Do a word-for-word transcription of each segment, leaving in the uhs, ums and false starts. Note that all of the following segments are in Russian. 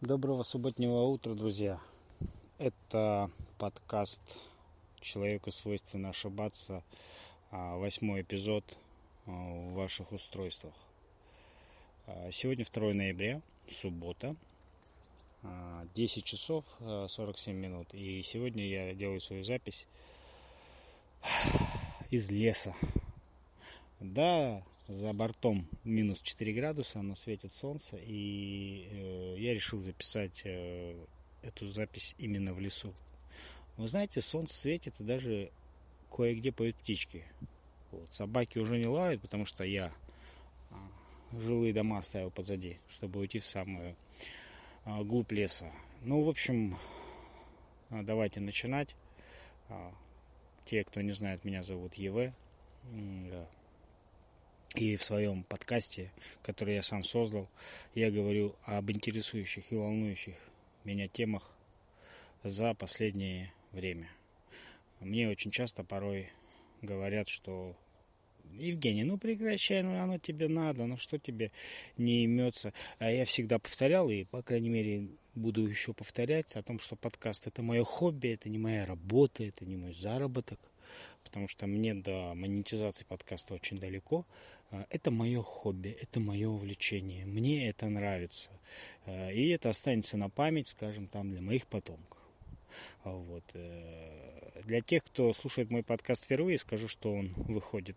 Доброго субботнего утра, друзья. Это подкаст «Человеку свойственно ошибаться», восьмой эпизод в ваших устройствах. Сегодня второе ноября, суббота, десять часов сорок семь минут. И сегодня я делаю свою запись из леса. Да, за бортом минус четыре градуса, но светит солнце, и э, я решил записать э, эту запись именно в лесу. Вы знаете, солнце светит, и даже кое-где поют птички. Вот. Собаки уже не лают, потому что я э, жилые дома оставил позади, чтобы уйти в самую э, глубь леса. Ну, в общем, э, давайте начинать. Э, те, кто не знает, меня зовут ЕВ. Э, И в своем подкасте, который я сам создал, я говорю об интересующих и волнующих меня темах за последнее время. Мне очень часто порой говорят, что Евгений, ну прекращай, ну оно тебе надо, ну что тебе не имется. А я всегда повторял, и по крайней мере буду еще повторять о том, что подкаст это мое хобби, это не моя работа, это не мой заработок. Потому что мне до монетизации подкаста очень далеко. Это мое хобби, это мое увлечение. Мне это нравится. И это останется на память, скажем, там для моих потомков. Вот. Для тех, кто слушает мой подкаст впервые, скажу, что он выходит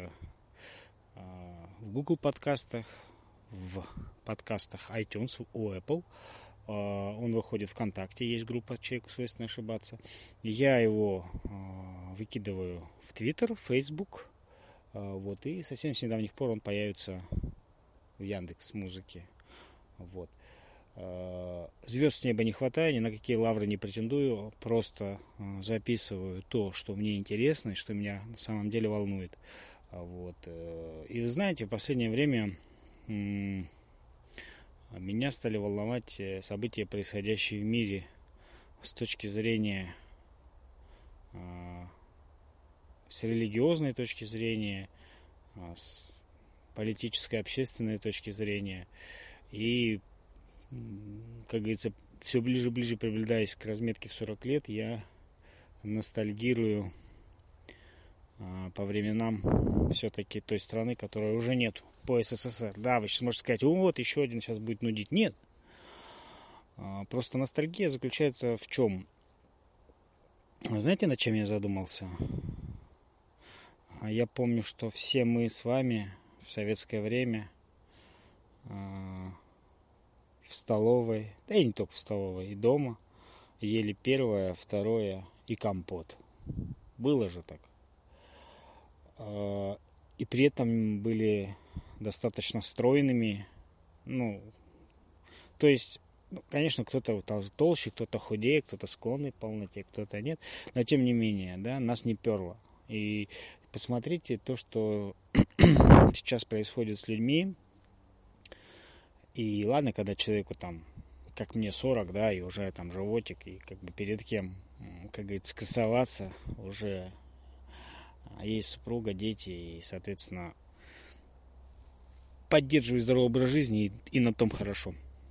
в Google подкастах, в подкастах iTunes, у Apple. Он выходит ВКонтакте, есть группа «Человеку свойственно ошибаться». Я его выкидываю в Твиттер, Фейсбук. Вот, и совсем с недавних пор он появится в Яндекс.Музыке. Вот. Звезд с неба не хватает, ни на какие лавры не претендую. Просто записываю то, что мне интересно и что меня на самом деле волнует. Вот. И вы знаете, в последнее время меня стали волновать события, происходящие в мире с точки зрения, с религиозной точки зрения, с политической, общественной точки зрения. И, как говорится, все ближе и ближе приближаясь к разметке в сорок лет, я ностальгирую по временам все-таки той страны, которой уже нет, по СССР. Да, вы сейчас можете сказать, вот еще один сейчас будет нудить. Нет. Просто ностальгия заключается в чем? Знаете, над чем я задумался? Я помню, что все мы с вами в советское время в столовой, да и не только в столовой, и дома ели первое, второе и компот. Было же так. И при этом были достаточно стройными. Ну, то есть, ну, конечно, кто-то толще, кто-то худее, кто-то склонный к полноте, кто-то нет. Но тем не менее, да, нас не перло. И посмотрите то, что сейчас происходит с людьми. И ладно, когда человеку там, как мне, сорок, да, и уже там животик, и как бы перед кем, как говорится, красоваться, уже есть супруга, дети, и, соответственно, поддерживаю здоровый образ жизни, и, и на том хорошо.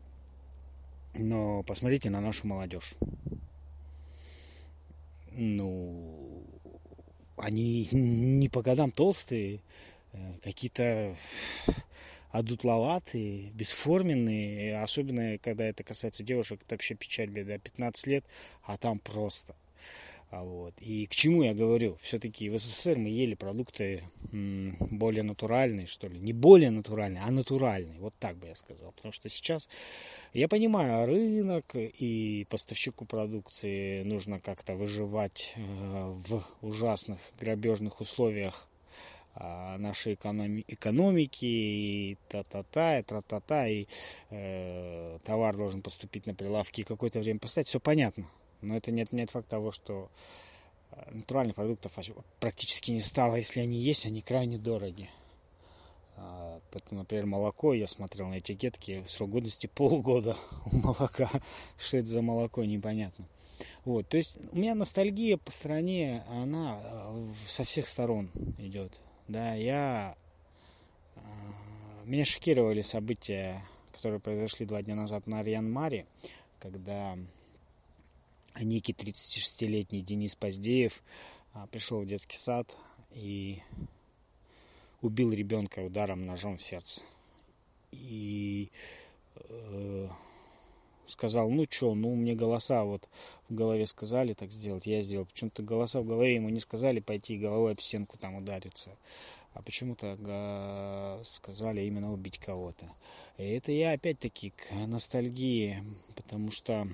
Но посмотрите на нашу молодежь. Ну, они не по годам толстые, какие-то одутловатые, бесформенные. Особенно, когда это касается девушек, это вообще печаль, беда. пятнадцать лет, а там просто. Вот. И к чему я говорю? Все-таки в СССР мы ели продукты м, более натуральные, что ли. Не более натуральные, а натуральные. Вот так бы я сказал. Потому что сейчас, я понимаю, рынок и поставщику продукции нужно как-то выживать э, в ужасных грабежных условиях э, нашей экономи- экономики. И та-та-та, и тра-та-та, и э, товар должен поступить на прилавки и какое-то время поставить. Все понятно. Но это не отменяет факт того, что натуральных продуктов практически не стало. Если они есть, они крайне дороги. Поэтому, например, молоко, я смотрел на этикетки, срок годности полгода у молока. Что это за молоко, непонятно. Вот, то есть у меня ностальгия по стране, она со всех сторон идет. Да, я... Меня шокировали события, которые произошли два дня назад на Нарьян-Маре, когда некий тридцатишестилетний Денис Поздеев пришел в детский сад и убил ребенка ударом ножом в сердце. И э, сказал, ну что, ну мне голоса вот в голове сказали так сделать, я сделал. Почему-то голоса в голове ему не сказали пойти головой об стенку там удариться, а почему-то э, сказали именно убить кого-то. И это я опять-таки к ностальгии, потому что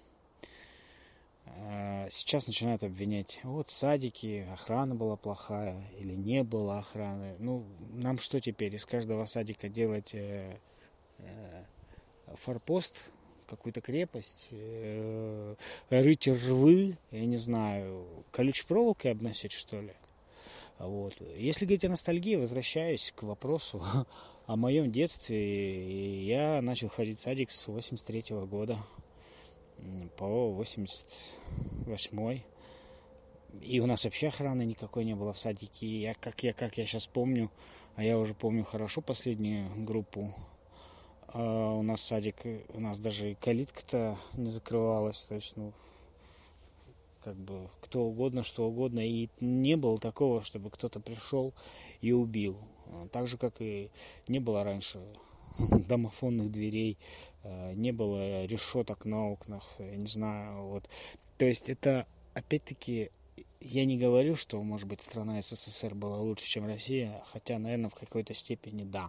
э, сейчас начинают обвинять, вот садики, охрана была плохая или не было охраны. Ну, нам что теперь, из каждого садика делать э, э, форпост, какую-то крепость, э, рыть рвы, я не знаю, колючей проволокой обносить, что ли? Вот. Если говорить о ностальгии, возвращаюсь к вопросу о моем детстве. Я начал ходить в садик с восемьдесят третьего года по восемьдесят восьмой. И у нас вообще охраны никакой не было в садике. Я, как, я, как я сейчас помню, а я уже помню хорошо последнюю группу, а у нас садик, у нас даже и калитка-то не закрывалась. То есть, ну, как бы кто угодно, что угодно. И не было такого, чтобы кто-то пришел и убил. Так же, как и не было раньше домофонных дверей, не было решеток на окнах, я не знаю. Вот. То есть это, опять-таки, я не говорю, что, может быть, страна СССР была лучше, чем Россия, хотя, наверное, в какой-то степени да.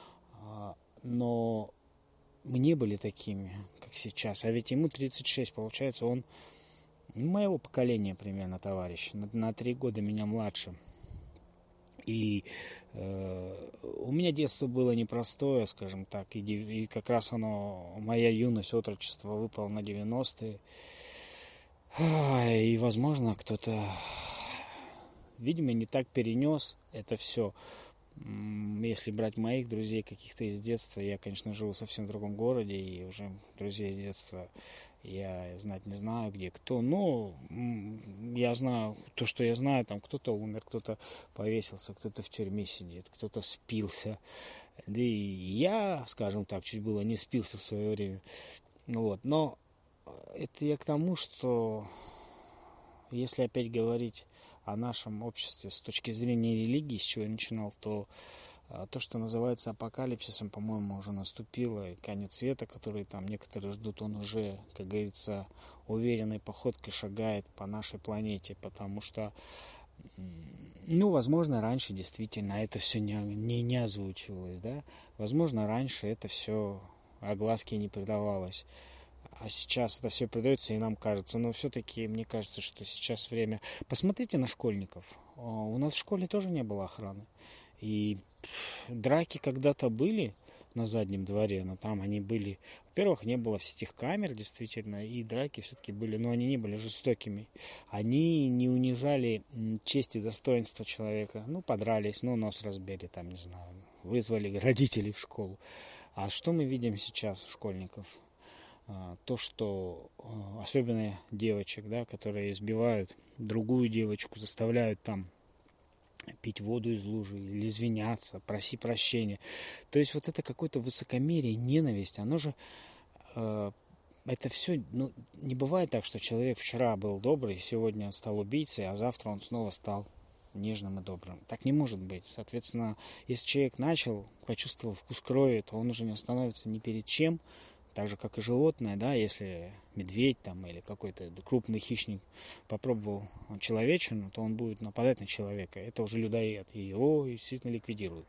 Но мы не были такими, как сейчас. А ведь ему тридцать шесть, получается, он моего поколения примерно товарищ, на, на три года меня младше. И э, у меня детство было непростое, скажем так, и, и как раз оно, моя юность, отрочество выпало на девяностые. И, возможно, кто-то, видимо, не так перенес это все. Если брать моих друзей каких-то из детства, я, конечно, живу совсем в другом городе, и уже друзей из детства я знать не знаю, где кто. Но я знаю то, что я знаю, там кто-то умер, кто-то повесился, кто-то в тюрьме сидит, кто-то спился. Да и я, скажем так, чуть было не спился в свое время. Вот. Но это я к тому, что если опять говорить о нашем обществе с точки зрения религии, с чего я начинал, то то, что называется апокалипсисом, по-моему, уже наступило, и конец света, который там некоторые ждут, он уже, как говорится, уверенной походкой шагает по нашей планете, потому что, ну, возможно, раньше действительно это все не, не, не озвучивалось, да, возможно, раньше это все огласке не придавалось. А сейчас это все придается, и нам кажется. Но все-таки мне кажется, что сейчас время... Посмотрите на школьников. У нас в школе тоже не было охраны. И драки когда-то были на заднем дворе, но там они были... Во-первых, не было всех камер, действительно, и драки все-таки были, но они не были жестокими. Они не унижали честь и достоинство человека. Ну, подрались, ну, нос разбили, там, не знаю, вызвали родителей в школу. А что мы видим сейчас у школьников? То, что особенно девочек, да, которые избивают другую девочку, заставляют там пить воду из лужи или извиняться, проси прощения. То есть вот это какое-то высокомерие, ненависть, оно же э, это все, ну, не бывает так, что человек вчера был добрый, сегодня стал убийцей, а завтра он снова стал нежным и добрым. Так не может быть. Соответственно, если человек начал, почувствовал вкус крови, то он уже не остановится ни перед чем. Так же, как и животное, да, если медведь там или какой-то крупный хищник попробовал человечину, то он будет нападать на человека. Это уже людоед, и его действительно ликвидируют.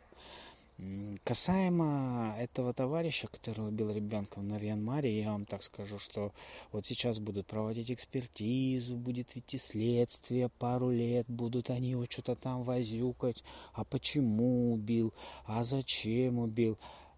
Касаемо этого товарища, который убил ребенка в Нарьян-Маре, я вам так скажу, что вот сейчас будут проводить экспертизу, будет идти следствие пару лет, будут они его что-то там возюкать, а почему убил, а зачем убил.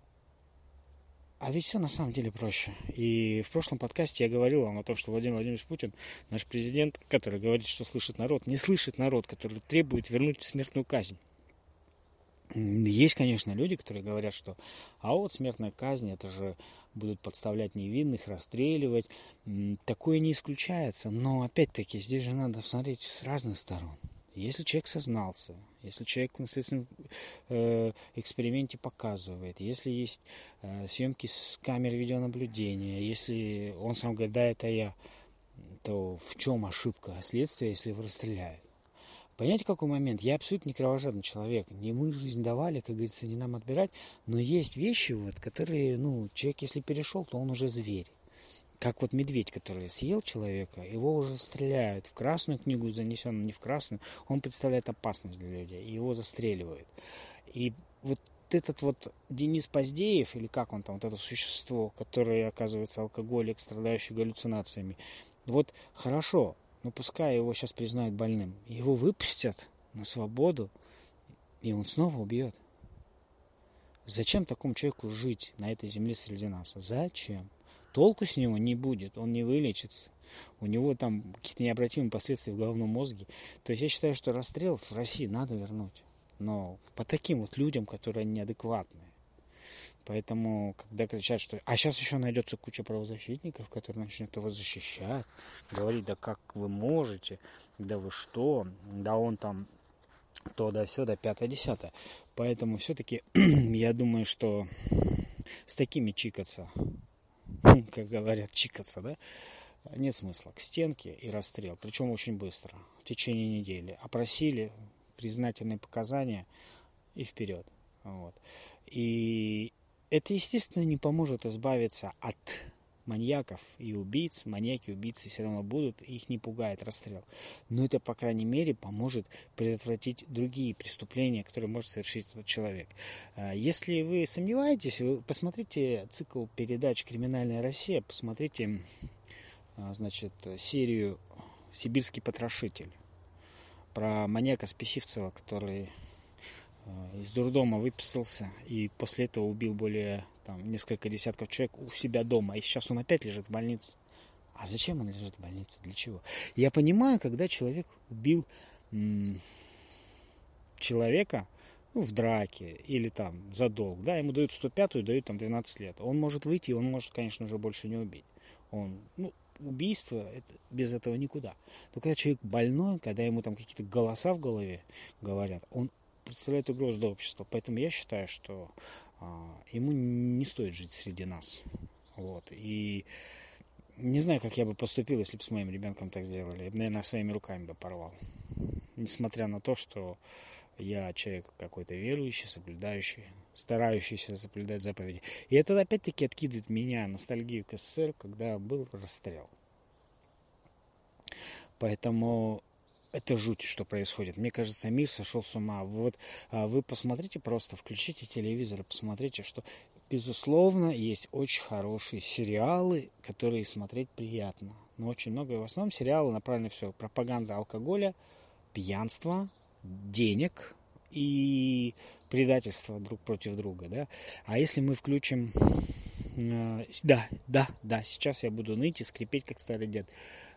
А ведь все на самом деле проще. И в прошлом подкасте я говорил вам о том, что Владимир Владимирович Путин, наш президент, который говорит, что слышит народ, не слышит народ, который требует вернуть смертную казнь. Есть, конечно, люди, которые говорят, что а вот смертная казнь, это же будут подставлять невинных, расстреливать. Такое не исключается, но опять-таки здесь же надо смотреть с разных сторон. Если человек сознался, если человек в наследственном э, эксперименте показывает, если есть э, съемки с камер видеонаблюдения, если он сам говорит, да, это я, то в чем ошибка следствия, если его расстреляют? Понимаете, какой момент? Я абсолютно не кровожадный человек. Не мы жизнь давали, как говорится, не нам отбирать. Но есть вещи, вот, которые, ну, человек, если перешел, то он уже зверь. Как вот медведь, который съел человека, его уже стреляют. В Красную книгу занесен, не в Красную. Он представляет опасность для людей. Его застреливают. И вот этот вот Денис Поздеев, или как он там, вот это существо, которое, оказывается, алкоголик, страдающий галлюцинациями. Вот хорошо, но пускай его сейчас признают больным. Его выпустят на свободу, и он снова убьет. Зачем такому человеку жить на этой земле среди нас? Зачем? Толку с него не будет, он не вылечится. У него там какие-то необратимые последствия в головном мозге. То есть я считаю, что расстрел в России надо вернуть. Но по таким вот людям, которые неадекватные. Поэтому, когда кричат, что... А сейчас еще найдется куча правозащитников, которые начнут его защищать. Говорить, да как вы можете, да вы что, да он там то, да сё, да пятое, десятое. Поэтому все-таки я думаю, что с такими чикаться... как говорят, чикаться, да, нет смысла. К стенке и расстрел, причем очень быстро, в течение недели. Опросили, признательные показания и вперед. Вот. И это, естественно, не поможет избавиться от маньяков и убийц. Маньяки, убийцы все равно будут, их не пугает расстрел. Но это, по крайней мере, поможет предотвратить другие преступления, которые может совершить этот человек. Если вы сомневаетесь, вы посмотрите цикл передач «Криминальная Россия», посмотрите, значит, серию «Сибирский потрошитель» про маньяка Списивцева, который из дурдома выписался и после этого убил более там, несколько десятков человек у себя дома. И сейчас он опять лежит в больнице. А зачем он лежит в больнице? Для чего? Я понимаю, когда человек убил м- человека ну, в драке или там за долг, да, ему дают сто пятую, дают там двенадцать лет. Он может выйти, он может, конечно, уже больше не убить. Он, ну, убийство, это, без этого никуда. Но когда человек больной, когда ему там какие-то голоса в голове говорят, он представляет угрозу для общества. Поэтому я считаю, что а, ему не стоит жить среди нас. Вот. И не знаю, как я бы поступил, если бы с моим ребенком так сделали. Я бы, наверное, своими руками бы порвал. Несмотря на то, что я человек какой-то верующий, соблюдающий, старающийся соблюдать заповеди. И это опять-таки откидывает меня ностальгию к СССР, когда был расстрел. Поэтому это жуть, что происходит. Мне кажется, мир сошел с ума. Вот вы посмотрите просто, включите телевизор и посмотрите, что, безусловно, есть очень хорошие сериалы, которые смотреть приятно. Но очень много, и в основном сериалы направлены все. Пропаганда алкоголя, пьянства, денег и предательство друг против друга. Да? А если мы включим... Да, да, да, сейчас я буду ныть и скрипеть, как старый дед.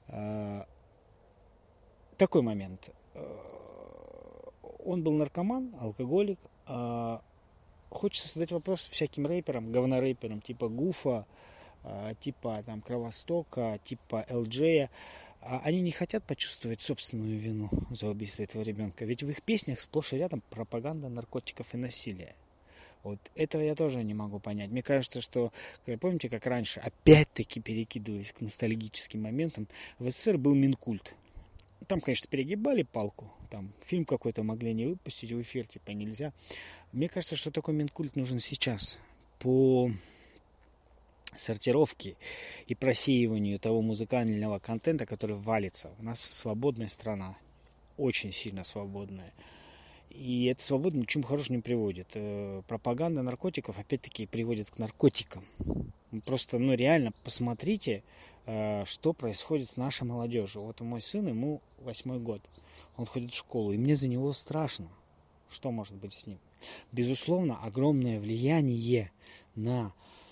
Такой момент. Он был наркоман, алкоголик. Хочется задать вопрос всяким рэперам, говнорэперам, типа Гуфа, типа там Кровостока, типа эл джей. Они не хотят почувствовать собственную вину за убийство этого ребенка. Ведь в их песнях сплошь и рядом пропаганда наркотиков и насилия. Вот этого я тоже не могу понять. Мне кажется, что, помните, как раньше, опять-таки перекидываясь к ностальгическим моментам, в СССР был Минкульт. Там, конечно, перегибали палку. Там фильм какой-то могли не выпустить в эфир, типа нельзя. Мне кажется, что такой Минкульт нужен сейчас. По сортировке и просеиванию того музыкального контента, который валится. У нас свободная страна. Очень сильно свободная. И эта свобода ни к чему хорошему не приводит. Пропаганда наркотиков, опять-таки, приводит к наркотикам. Просто, ну, реально, посмотрите, что происходит с нашей молодежью. Вот мой сын, ему восьмой год. Он ходит в школу, и мне за него страшно. Что может быть с ним? Безусловно, огромное влияние на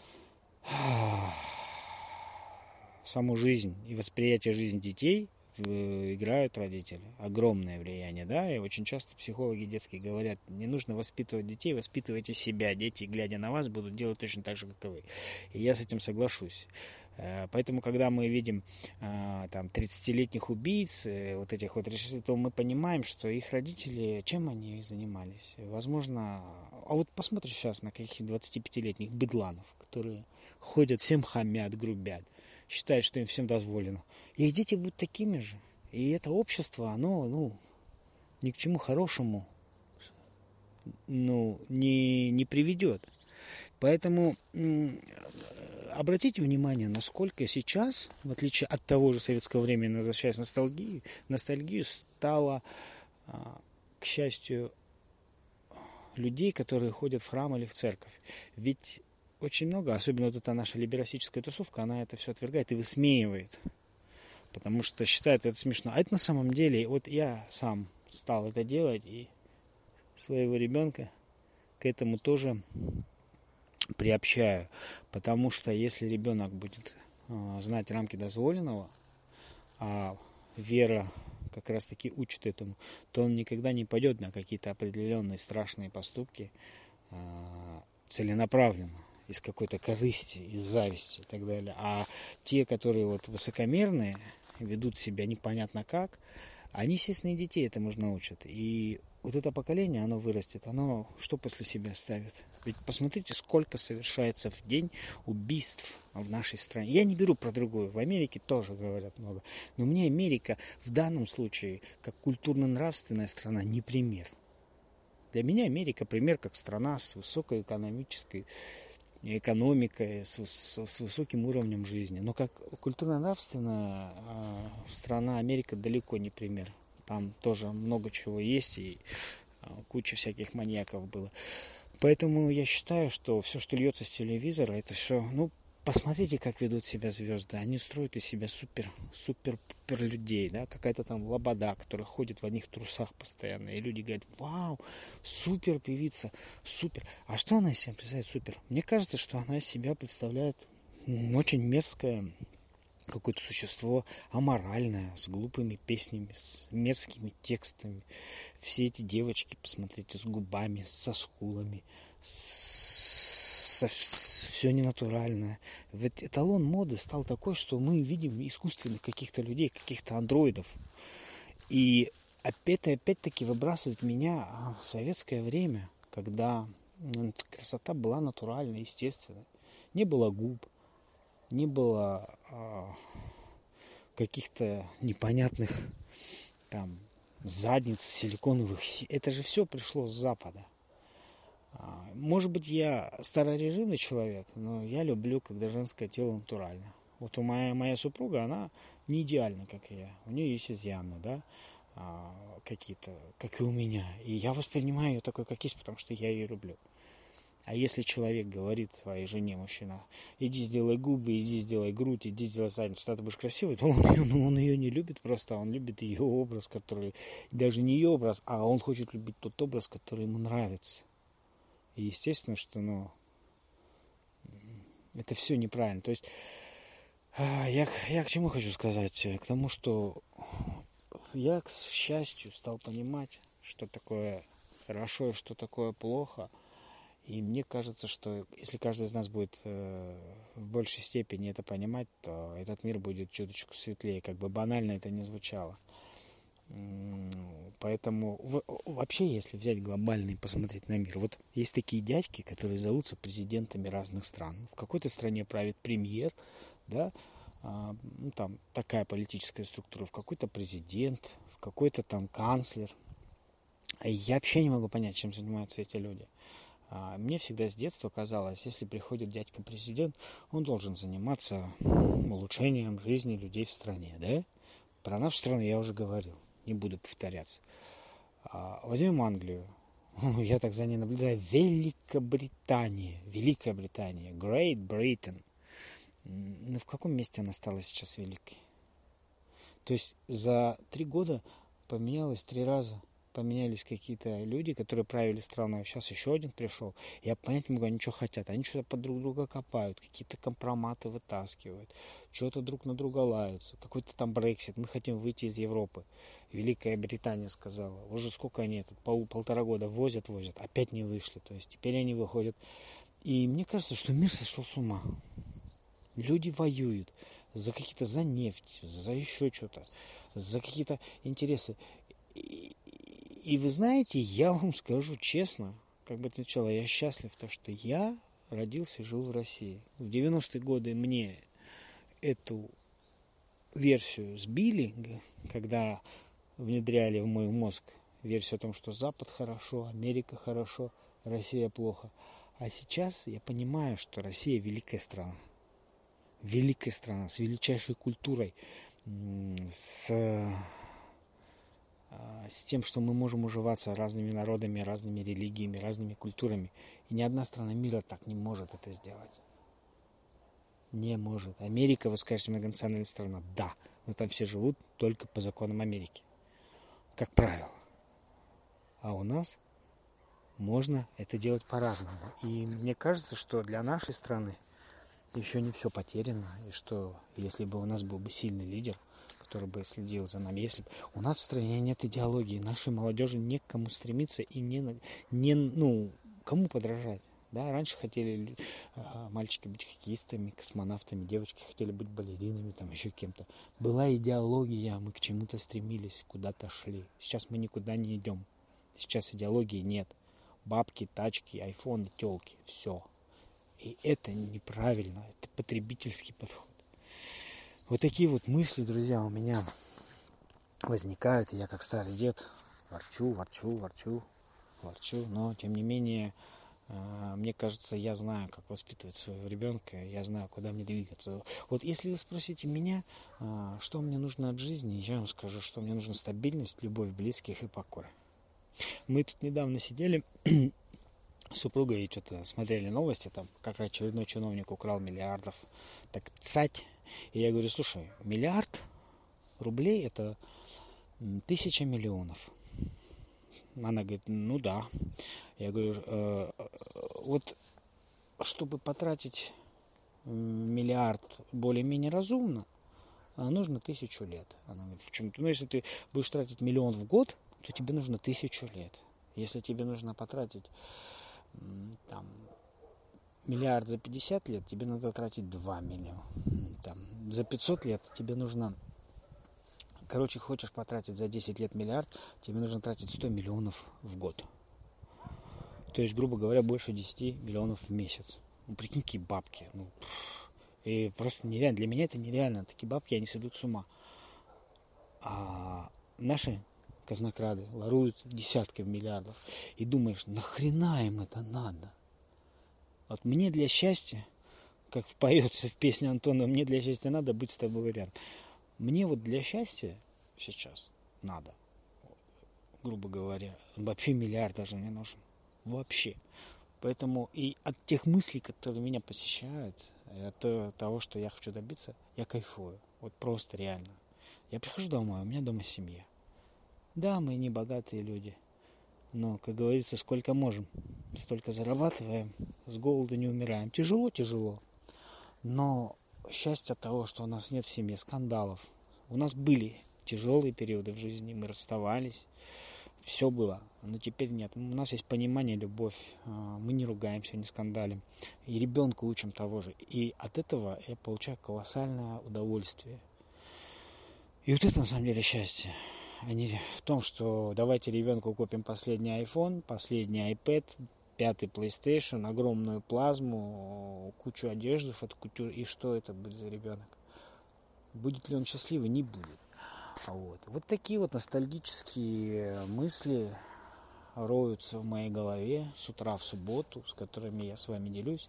саму жизнь и восприятие жизни детей играют родители. Огромное влияние, да, и очень часто психологи детские говорят, не нужно воспитывать детей, воспитывайте себя. Дети, глядя на вас, будут делать точно так же, как и вы. И я с этим соглашусь. Поэтому, когда мы видим там тридцатилетних убийц, вот этих вот решителей, то мы понимаем, что их родители, чем они занимались? Возможно, а вот посмотришь сейчас на каких-то двадцатипятилетних быдланов, которые ходят, всем хамят, грубят, считают, что им всем дозволено. И их дети будут такими же. И это общество, оно, ну, ни к чему хорошему, ну, не, не приведет. Поэтому обратите внимание, насколько сейчас, в отличие от того же советского времени, возвращаясь ностальгию, ностальгию стало, к счастью, людей, которые ходят в храм или в церковь. Ведь очень много, особенно вот эта наша либерастическая тусовка, она это все отвергает и высмеивает, потому что считает это смешно. А это на самом деле, вот я сам стал это делать, и своего ребенка к этому тоже приобщаю, потому что если ребенок будет э, знать рамки дозволенного, а вера как раз таки учит этому, то он никогда не пойдет на какие-то определенные страшные поступки э, целенаправленно, из какой-то корысти, из зависти и так далее. А те, которые вот высокомерные, ведут себя непонятно как, они, естественно, и детей этому же научат. И вот это поколение, оно вырастет, оно что после себя оставит? Ведь посмотрите, сколько совершается в день убийств в нашей стране. Я не беру про другую, в Америке тоже говорят много. Но мне Америка в данном случае, как культурно-нравственная страна, не пример. Для меня Америка пример как страна с высокой экономической экономикой, с, с, с высоким уровнем жизни. Но как культурно-нравственная э, страна Америка далеко не пример. Там тоже много чего есть, и э, куча всяких маньяков было. Поэтому я считаю, что все, что льется с телевизора, это все, ну, посмотрите, как ведут себя звезды. Они строят из себя супер, супер, супер людей, да, какая-то там лобода, которая ходит в одних трусах постоянно. И люди говорят: вау, супер певица, супер. А что она из себя представляет супер? Мне кажется, что она из себя представляет очень мерзкое какое-то существо, аморальное, с глупыми песнями, с мерзкими текстами. Все эти девочки, посмотрите, с губами, со скулами, со, все ненатуральное. Ведь эталон моды стал такой, что мы видим искусственных каких-то людей, каких-то андроидов. И это опять-таки выбрасывает меня в советское время, когда красота была натуральной, естественной. Не было губ, не было а, каких-то непонятных там задниц, силиконовых. Это же все пришло с Запада. А, может быть, я старорежимный человек, но я люблю, когда женское тело натурально. Вот у моя, моя супруга, она не идеальна, как и я. У нее есть изъяны, да, а, какие-то, как и у меня. И я воспринимаю ее такой, как есть, потому что я ее люблю. А если человек говорит своей жене, мужчина: иди сделай губы, иди сделай грудь, иди сделай задницу, тогда ты будешь красивой, то он, ну, он ее не любит просто, он любит ее образ, который, даже не ее образ, а он хочет любить тот образ, который ему нравится. И естественно, что, ну, это все неправильно. То есть, я, я к чему хочу сказать? К тому, что я, к счастью, стал понимать, что такое хорошо и что такое плохо. И мне кажется, что если каждый из нас будет э, в большей степени это понимать, то этот мир будет чуточку светлее, как бы банально это ни звучало. Поэтому в, вообще, если взять глобально и посмотреть на мир, вот есть такие дядьки, которые зовутся президентами разных стран. В какой-то стране правит премьер, да, а, ну, там такая политическая структура, в какой-то президент, в какой-то там канцлер. И я вообще не могу понять, чем занимаются эти люди. Мне всегда с детства казалось, если приходит дядька-президент, он должен заниматься улучшением жизни людей в стране, да? Про нашу страну я уже говорил, не буду повторяться. Возьмем Англию. Я так за ней наблюдаю. Великобритания. Великая Британия. Great Britain. Но в каком месте она стала сейчас великой? То есть за три года поменялось три раза. Поменялись какие-то люди, которые правили страной. Сейчас еще один пришел. Я понять не могу, они что хотят. Они что-то под друг друга копают, какие-то компроматы вытаскивают, что-то друг на друга лаются. Какой-то там Брексит. Мы хотим выйти из Европы. Великая Британия сказала. Уже сколько они тут, пол, полтора года возят, возят. Опять не вышли. То есть теперь они выходят. И мне кажется, что мир сошел с ума. Люди воюют за какие-то, за нефть, за еще что-то, за какие-то интересы. И, и вы знаете, я вам скажу честно, как бы это начало, я счастлив, то, что я родился и жил в России. В девяностые годы мне эту версию сбили, когда внедряли в мой мозг версию о том, что Запад хорошо, Америка хорошо, Россия плохо. А сейчас я понимаю, что Россия великая страна. Великая страна, с величайшей культурой, с, с тем, что мы можем уживаться разными народами, разными религиями, разными культурами. И ни одна страна мира так не может это сделать. Не может. Америка, вы скажете, многонациональная страна. Да, но там все живут только по законам Америки. Как правило. А у нас можно это делать по-разному. И мне кажется, что для нашей страны еще не все потеряно. И что если бы у нас был бы сильный лидер, который бы следил за нами, если бы у нас в стране нет идеологии, нашей молодежи не к кому стремиться и не, не ну, кому подражать. Да, раньше хотели э, мальчики быть хоккеистами, космонавтами, девочки хотели быть балеринами, там еще кем-то. Была идеология, мы к чему-то стремились, куда-то шли. Сейчас мы никуда не идем. Сейчас идеологии нет. Бабки, тачки, айфоны, телки. Все. И это неправильно. Это потребительский подход. Вот такие вот мысли, друзья, у меня возникают. И я как старый дед ворчу, ворчу, ворчу, ворчу. Но, тем не менее, мне кажется, я знаю, как воспитывать своего ребенка, я знаю, куда мне двигаться. Вот если вы спросите меня, что мне нужно от жизни, я вам скажу, что мне нужна стабильность, любовь близких и покой. Мы тут недавно сидели с супругой и что-то смотрели новости, там, как очередной чиновник украл миллиардов, так цать. И я говорю, слушай, миллиард рублей это тысяча миллионов. Она говорит, ну да. Я говорю, э, вот чтобы потратить миллиард более-менее разумно, нужно тысячу лет. Она говорит, в чем-то, ну если ты будешь тратить миллион в год, то тебе нужно тысячу лет. Если тебе нужно потратить там, миллиард за пятьдесят лет, тебе надо тратить два миллиона. Там, за пятьсот лет тебе нужно... Короче, хочешь потратить за десять лет миллиард, тебе нужно тратить сто миллионов в год. То есть, грубо говоря, больше десяти миллионов в месяц. Ну, прикинь, какие бабки. Ну, и просто нереально. Для меня это нереально. Такие бабки, они сойдут с ума. А наши казнокрады воруют десятками миллиардов. И думаешь, нахрена им это надо? Вот мне для счастья, как поется в песне Антона, мне для счастья надо быть с тобой рядом. Мне вот для счастья сейчас надо, грубо говоря, вообще миллиард даже не нужен. Вообще. Поэтому и от тех мыслей, которые меня посещают, от того, что я хочу добиться, я кайфую. Вот просто реально. Я прихожу домой, у меня дома семья. Да, мы не богатые люди. Но, как говорится, сколько можем, столько зарабатываем, с голоду не умираем. Тяжело, тяжело. Но счастье от того, что у нас нет в семье скандалов. У нас были тяжелые периоды в жизни, мы расставались, все было, но теперь нет. У нас есть понимание, любовь, мы не ругаемся, не скандалим. И ребенка учим того же. И от этого я получаю колоссальное удовольствие. И вот это на самом деле счастье. А не в том, что давайте ребенку купим последний iPhone, последний iPad, пятый PlayStation, огромную плазму, кучу одежды, фотокультуры. И что это будет за ребенок? Будет ли он счастливый? Не будет. Вот. Вот такие вот ностальгические мысли роются в моей голове с утра в субботу, с которыми я с вами делюсь.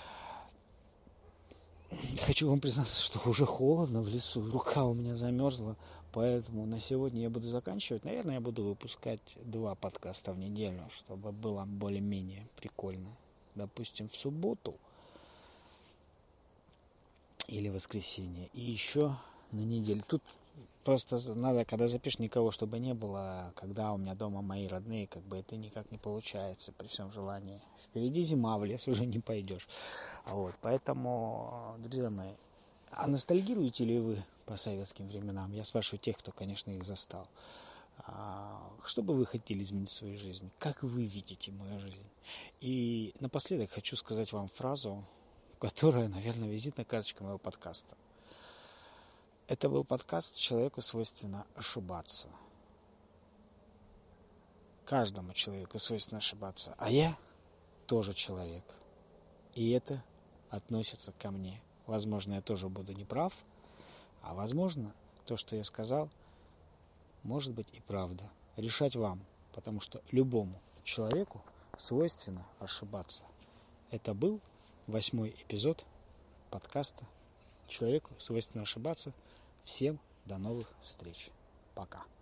Хочу вам признаться, что уже холодно в лесу, рука у меня замерзла, поэтому на сегодня я буду заканчивать. Наверное, я буду выпускать два подкаста в неделю, чтобы было более-менее прикольно. Допустим, в субботу или воскресенье. И еще на неделю. Тут просто надо, когда запишешь, никого, чтобы не было, когда у меня дома мои родные, как бы это никак не получается при всем желании. Впереди зима, в лес уже не пойдешь. Вот, поэтому, друзья мои, а ностальгируете ли вы по советским временам? Я спрашиваю тех, кто, конечно, их застал. Что бы вы хотели изменить в своей жизни? Как вы видите мою жизнь? И напоследок хочу сказать вам фразу, которая, наверное, визитная карточка моего подкаста. Это был подкаст «Человеку свойственно ошибаться». Каждому человеку свойственно ошибаться, а я тоже человек. И это относится ко мне. Возможно, я тоже буду неправ, а возможно, то, что я сказал, может быть и правда. Решать вам, потому что любому человеку свойственно ошибаться. Это был восьмой эпизод подкаста «Человеку свойственно ошибаться». Всем до новых встреч. Пока.